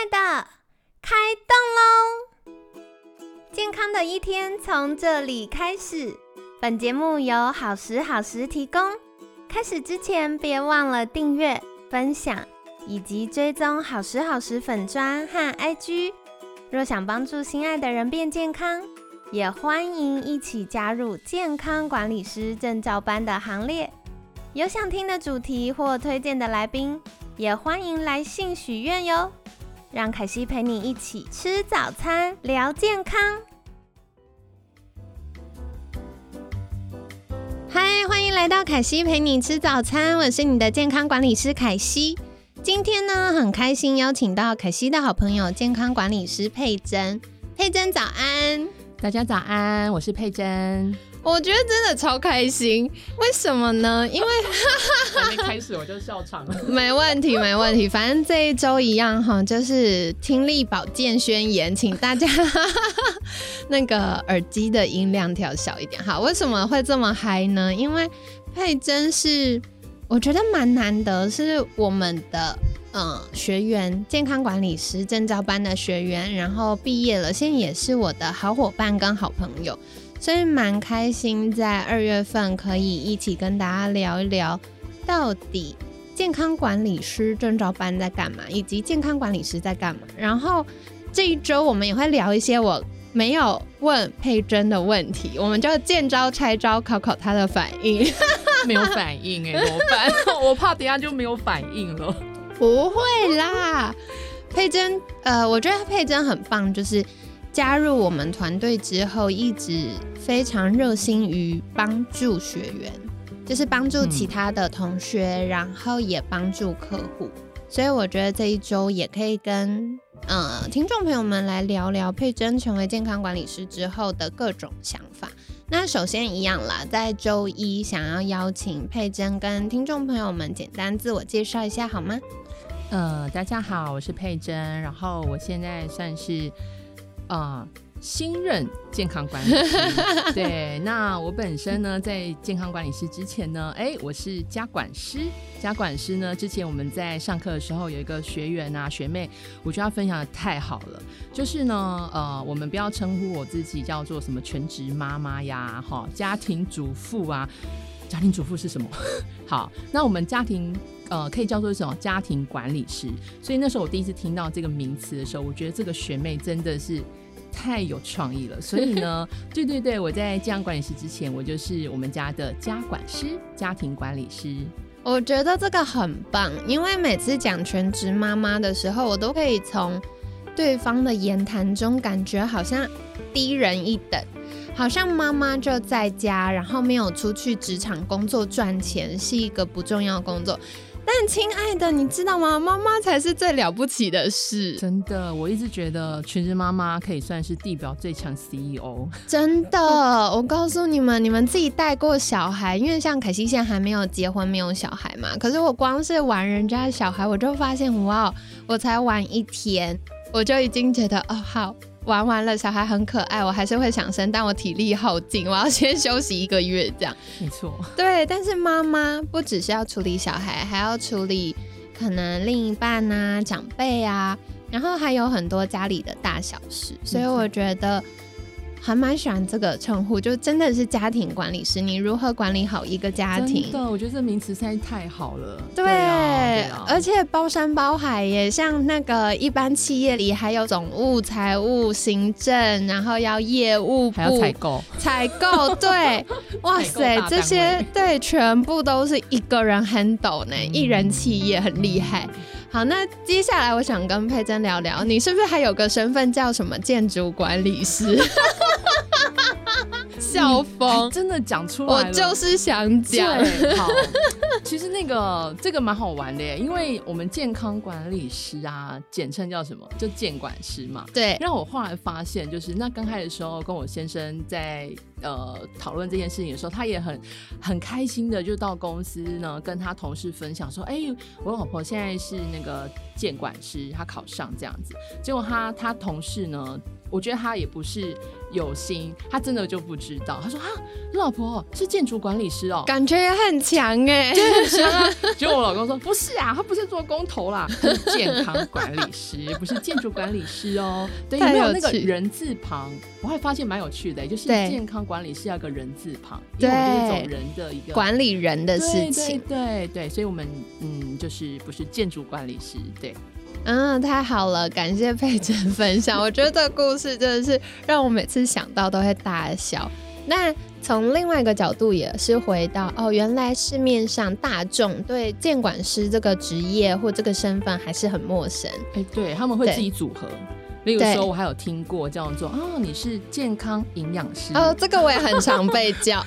的，开动喽！健康的一天从这里开始。本节目由好时好时提供。开始之前别忘了订阅、分享以及追踪好时好时粉专和 IG。若想帮助心爱的人变健康，也欢迎一起加入健康管理师证照班的行列。有想听的主题或推荐的来宾，也欢迎来信许愿哟。让凯西陪你一起吃早餐，聊健康。嗨，欢迎来到凯西陪你吃早餐，我是你的健康管理师凯西。今天呢，很开心邀请到凯西的好朋友健康管理师佩珍。佩珍早安。 大家早安，我是佩珍。 我觉得真的超开心，为什么呢？因为还没开始我就笑场了。 没问题，没问题，反正这一周一样哈，就是听力保健宣言，请大家那个耳机的音量调小一点。好，为什么会这么嗨呢？因为佩珍是我觉得蛮难得，是我们的学员，健康管理师证照班的学员，然后毕业了，现在也是我的好伙伴跟好朋友。所以蛮开心在2月份可以一起跟大家聊一聊到底健康管理师证照班在干嘛，以及健康管理师在干嘛。然后这一周我们也会聊一些我没有问佩珍的问题，我们就见招拆招考考她的反应。 没有反应怎么办？我怕等一下就没有反应了。 不会啦，佩珍我觉得佩珍很棒，就是加入我们团队之后一直非常热心于帮助学员，就是帮助其他的同学，然后也帮助客户。所以我觉得这一周也可以跟听众朋友们来聊聊佩珍成为健康管理师之后的各种想法。那首先一样啦，在周一想要邀请佩珍跟听众朋友们简单自我介绍一下好吗？ 大家好，我是佩珍，然后我现在算是新任健康管理师。对，那我本身呢，在健康管理师之前呢，我是家管师。家管师呢，之前我们在上课的时候有一个学员啊学妹，我觉得她分享的太好了。就是呢，我们不要称呼我自己叫做什么全职妈妈呀，家庭主妇啊。家庭主妇是什么？好，那我们家庭可以叫做什么？家庭管理师。所以那时候我第一次听到这个名词的时候，我觉得这个学妹真的是太有创意了。所以呢，对，我在健康管理师之前，我就是我们家的家管师，家庭管理师。 我觉得这个很棒，因为每次讲全职妈妈的时候，我都可以从对方的言谈中感觉好像低人一等，好像妈妈就在家，然后没有出去职场工作赚钱，是一个不重要的工作。但亲爱的，你知道吗？妈妈才是最了不起的事。 真的，我一直觉得全职妈妈可以算是地表最强 CEO。 真的，我告诉你们，你们自己带过小孩，因为像凯西现在还没有结婚，没有小孩嘛。可是我光是玩人家的小孩，我就发现，哇，我才玩1天，我就已经觉得，好。玩完了，小孩很可爱，我还是会想生，但我体力耗尽，我要先休息1个月这样。 没错，对。 但是妈妈不只是要处理小孩，还要处理可能另一半啊、长辈啊，然后还有很多家里的大小事，所以我觉得还蛮喜欢这个称呼，就真的是家庭管理师，你如何管理好一个家庭。 真的，我觉得这名词实在太好了。 对啊，而且包山包海耶，像那个一般企业里还有总务、财务、行政，然后要业务部， 还要采购， 对，哇塞，这些对全部都是一个人 handle 呢，一人企业很厉害。好，那接下来我想跟佩珍聊聊，你是不是还有个身份叫什么建筑管理师？笑疯， 真的讲出来了， 我就是想讲。 好，其实这个蛮好玩的耶，因为我们健康管理师啊，简称叫什么？就健管师嘛。 对。 让我后来发现，就是那刚开始的时候，跟我先生在讨论这件事情的时候，他也很开心的就到公司呢，跟他同事分享说，我老婆现在是那个健管师，她考上这样子。结果他同事呢， 我觉得他也不是有心，他真的就不知道。他说：“啊，老婆是建筑管理师哦， 感觉也很强哎， 对，很强啊。”结果我老公说：“不是啊，他不是做工头啦，他是健康管理师，不是建筑管理师哦。”对，有没有那个人字旁？我会发现蛮有趣的，就是健康管理师要个人字旁，因为我就是走人的一个管理人的事情。 对，所以我们就是不是建筑管理师，对。 太好了，感谢佩珍分享。我觉得这个故事真的是让我每次想到都会大笑。那从另外一个角度也是回到原来市面上大众对监管师这个职业或这个身份还是很陌生。 对，他们会自己组合。例如说我还有听过叫做你是健康营养师这个我也很常被叫。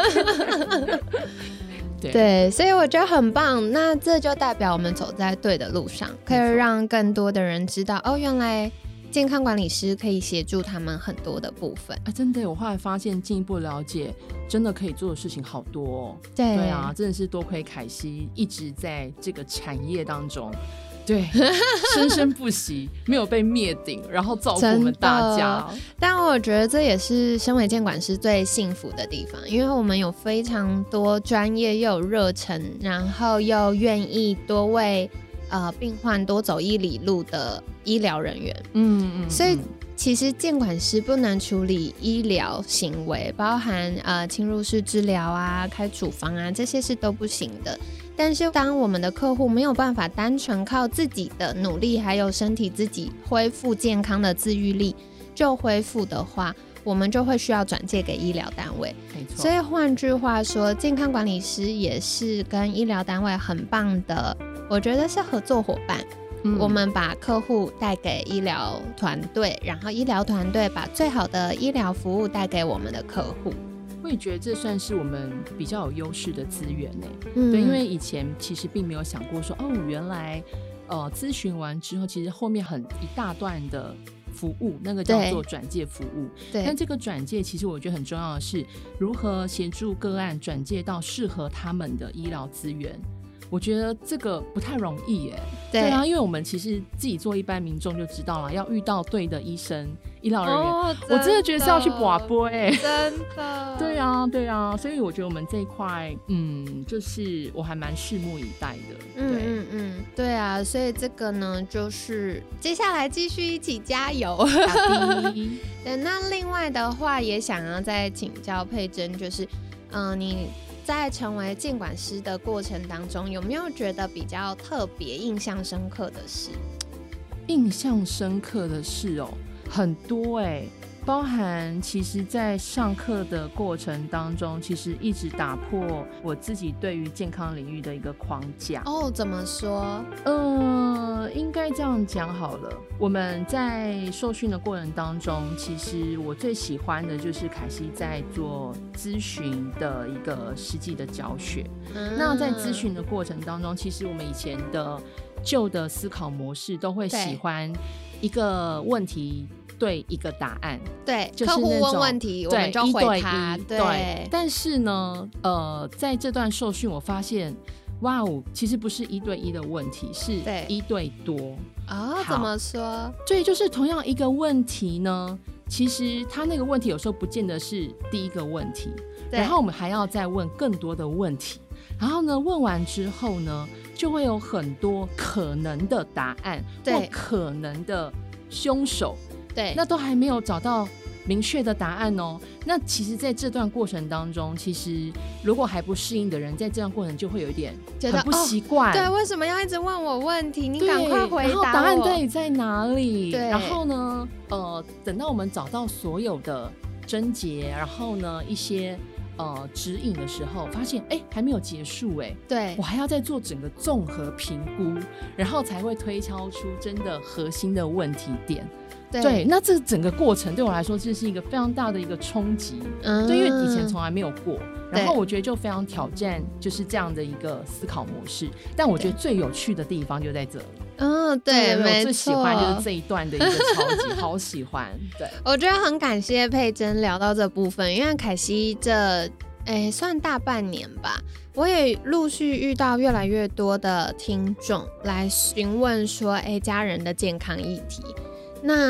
对，所以我觉得很棒。那这就代表我们走在对的路上，可以让更多的人知道原来健康管理师可以协助他们很多的部分。 真的，我后来发现进一步了解，真的可以做的事情好多哦。 对啊，真的是多亏凯西一直在这个产业当中。对，生生不息，没有被灭顶，然后照顾我们大家。 但我觉得这也是身为监管师最幸福的地方，因为我们有非常多专业又有热忱，然后又愿意多为病患多走一里路的医疗人员。所以其实监管师不能处理医疗行为，包含侵入式治疗啊、开处方啊，这些是都不行的。但是当我们的客户没有办法单纯靠自己的努力还有身体自己恢复健康的自愈力就恢复的话，我们就会需要转介给医疗单位。 没错。 所以换句话说，健康管理师也是跟医疗单位很棒的，我觉得是合作伙伴。我们把客户带给医疗团队，然后医疗团队把最好的医疗服务带给我们的客户。 我也觉得这算是我们比较有优势的资源呢。对，因为以前其实并没有想过说原来咨询完之后，其实后面一大段的服务，那个叫做转介服务。对，但这个转介其实我觉得很重要的是如何协助个案转介到适合他们的医疗资源。我觉得这个不太容易耶。对啊，因为我们其实自己做一般民众就知道了，要遇到对的医生、医疗人员，我真的觉得是要去拔杯。 真的。 对啊，所以我觉得我们这一块，就是我还蛮拭目以待的。 对啊，所以这个呢，就是接下来继续一起加油。对，那另外的话，也想要再请教佩珍，就是你在成为监管师的过程当中，有没有觉得比较特别、印象深刻的事？ 印象深刻的事很多包含其实在上课的过程当中，其实一直打破我自己对于健康领域的一个框架。 怎么说？ 应该这样讲好了。我们在受训的过程当中，其实我最喜欢的就是凯西在做咨询的一个实际的教学。那在咨询的过程当中，其实我们以前的旧的思考模式都会喜欢一个问题对一个答案。 对， 就是客户问问题我们就回他。对， 但是呢在这段受训我发现其实不是1对1的问题，是1对多。 怎么说？ 对，就是同样一个问题呢，其实他那个问题有时候不见得是第一个问题，然后我们还要再问更多的问题，然后呢问完之后呢就会有很多可能的答案或可能的凶手。对，那都还没有找到明确的答案那其实在这段过程当中，其实如果还不适应的人，在这段过程就会有一点很不习惯。 对，为什么要一直问我问题？你赶快回答我。 然后答案到底在哪里？然后呢等到我们找到所有的症结，然后呢一些指引的时候，发现还没有结束。对，我还要再做整个综合评估，然后才会推敲出真的核心的问题点。对，那这整个过程对我来说这是一个非常大的一个冲击。对，因为以前从来没有过，然后我觉得就非常挑战就是这样的一个思考模式。但我觉得最有趣的地方就在这里。 对，没错， 我最喜欢就是这一段的一个超级好喜欢。对， 我觉得很感谢佩珍聊到这部分，因为凯西这算大半年吧，我也陆续遇到越来越多的听众来询问说家人的健康议题。那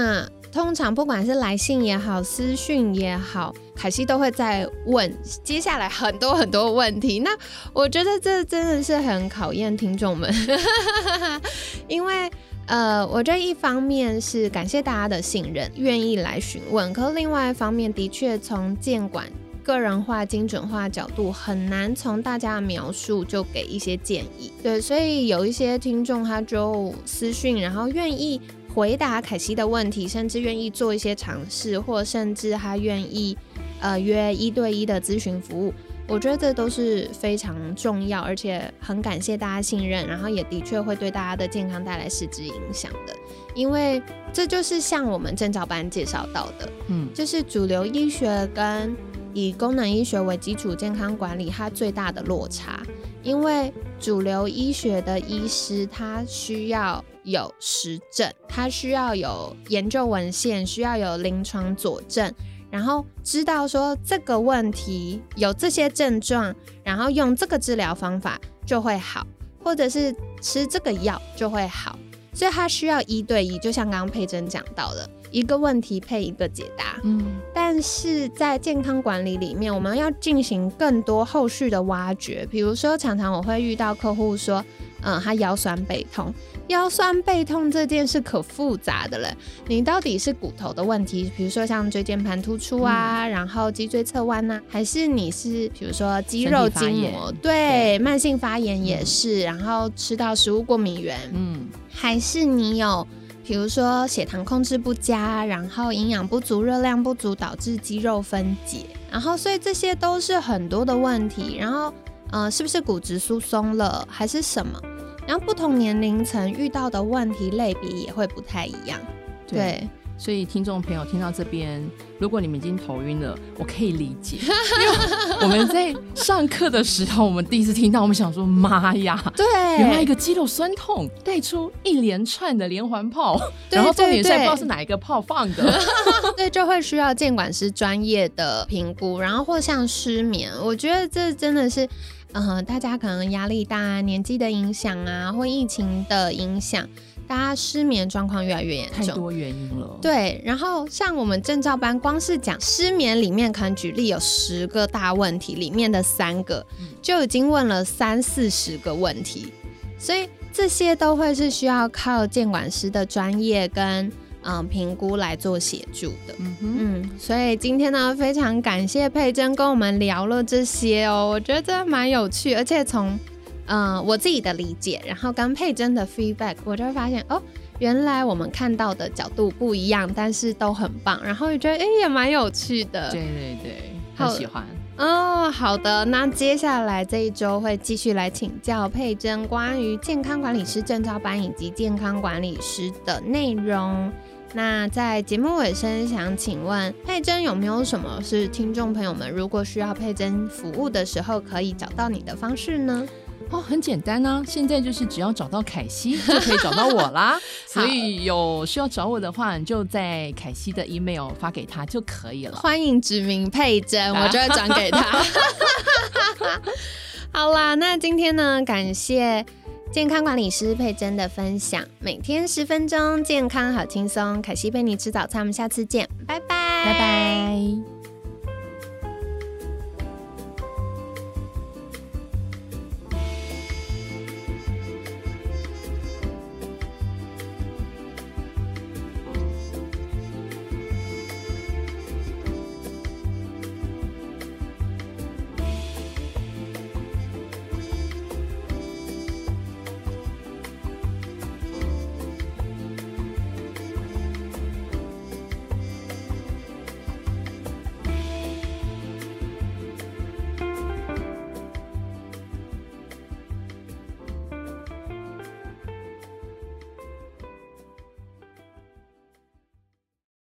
通常不管是来信也好，私讯也好，凯西都会再问接下来很多很多问题。那我觉得这真的是很考验听众们，因为我觉得一方面是感谢大家的信任，愿意来询问，可是另外一方面的确从监管个人化、精准化角度，很难从大家的描述就给一些建议。对，所以有一些听众他就私讯，然后愿意回答凯西的问题，甚至愿意做一些尝试，或甚至他愿意约1对1的咨询服务。我觉得这都是非常重要，而且很感谢大家信任，然后也的确会对大家的健康带来实质影响的。因为这就是像我们证照班介绍到的，就是主流医学跟以功能医学为基础健康管理它最大的落差。因为主流医学的医师他需要有实证，他需要有研究文献，需要有临床佐证，然后知道说这个问题有这些症状，然后用这个治疗方法就会好，或者是吃这个药就会好，所以他需要1对1，就像刚刚佩珍讲到的，一个问题配一个解答。但是在健康管理里面，我们要进行更多后续的挖掘。比如说常常我会遇到客户说他腰酸背痛，腰酸背痛这件事可复杂的了，你到底是骨头的问题，比如说像椎间盘突出啊，然后脊椎侧弯啊，还是你是比如说肌肉筋膜，对，慢性发炎也是，然后吃到食物过敏原，还是你有比如说血糖控制不佳，然后营养不足、热量不足导致肌肉分解，然后所以这些都是很多的问题，然后是不是骨质疏松了还是什么，然后不同年龄层遇到的问题类别也会不太一样。对， 所以听众朋友听到这边，如果你们已经头晕了，我可以理解，因为我们在上课的时候，我们第一次听到，我们想说妈呀， 对， 原来一个肌肉酸痛带出一连串的连环炮，然后重点是还不知道是哪一个炮放的， 对，就会需要监管师专业的评估，然后或像失眠，我觉得这真的是大家可能压力大、年纪的影响啊，或疫情的影响，大家失眠状况越来越严重， 太多原因了。 对，然后像我们证照班，光是讲失眠里面，可能举例有10个大问题，里面的3个就已经问了30-40个问题，所以这些都会是需要靠监管师的专业跟评估来做协助的。所以今天呢，非常感谢佩珍跟我们聊了这些哦，我觉得真的蛮有趣，而且从我自己的理解，然后跟佩珍的 feedback， 我就会发现原来我们看到的角度不一样，但是都很棒，然后也觉得也蛮有趣的。 对对对，很喜欢。 好的，那接下来这一周会继续来请教佩珍关于健康管理师证照班以及健康管理师的内容。那在节目尾声，想请问佩珍有没有什么是听众朋友们如果需要佩珍服务的时候可以找到你的方式呢？ 很简单啊，现在就是只要找到凯西就可以找到我啦。所以有需要找我的话，你就在凯西的 email 发给他就可以了。 欢迎指名佩珍，我就会转给他。好啦，那今天呢，感谢健康管理师佩珍的分享，每天10分钟，健康好轻松。凯西陪你吃早餐，我们下次见，拜拜， 拜拜。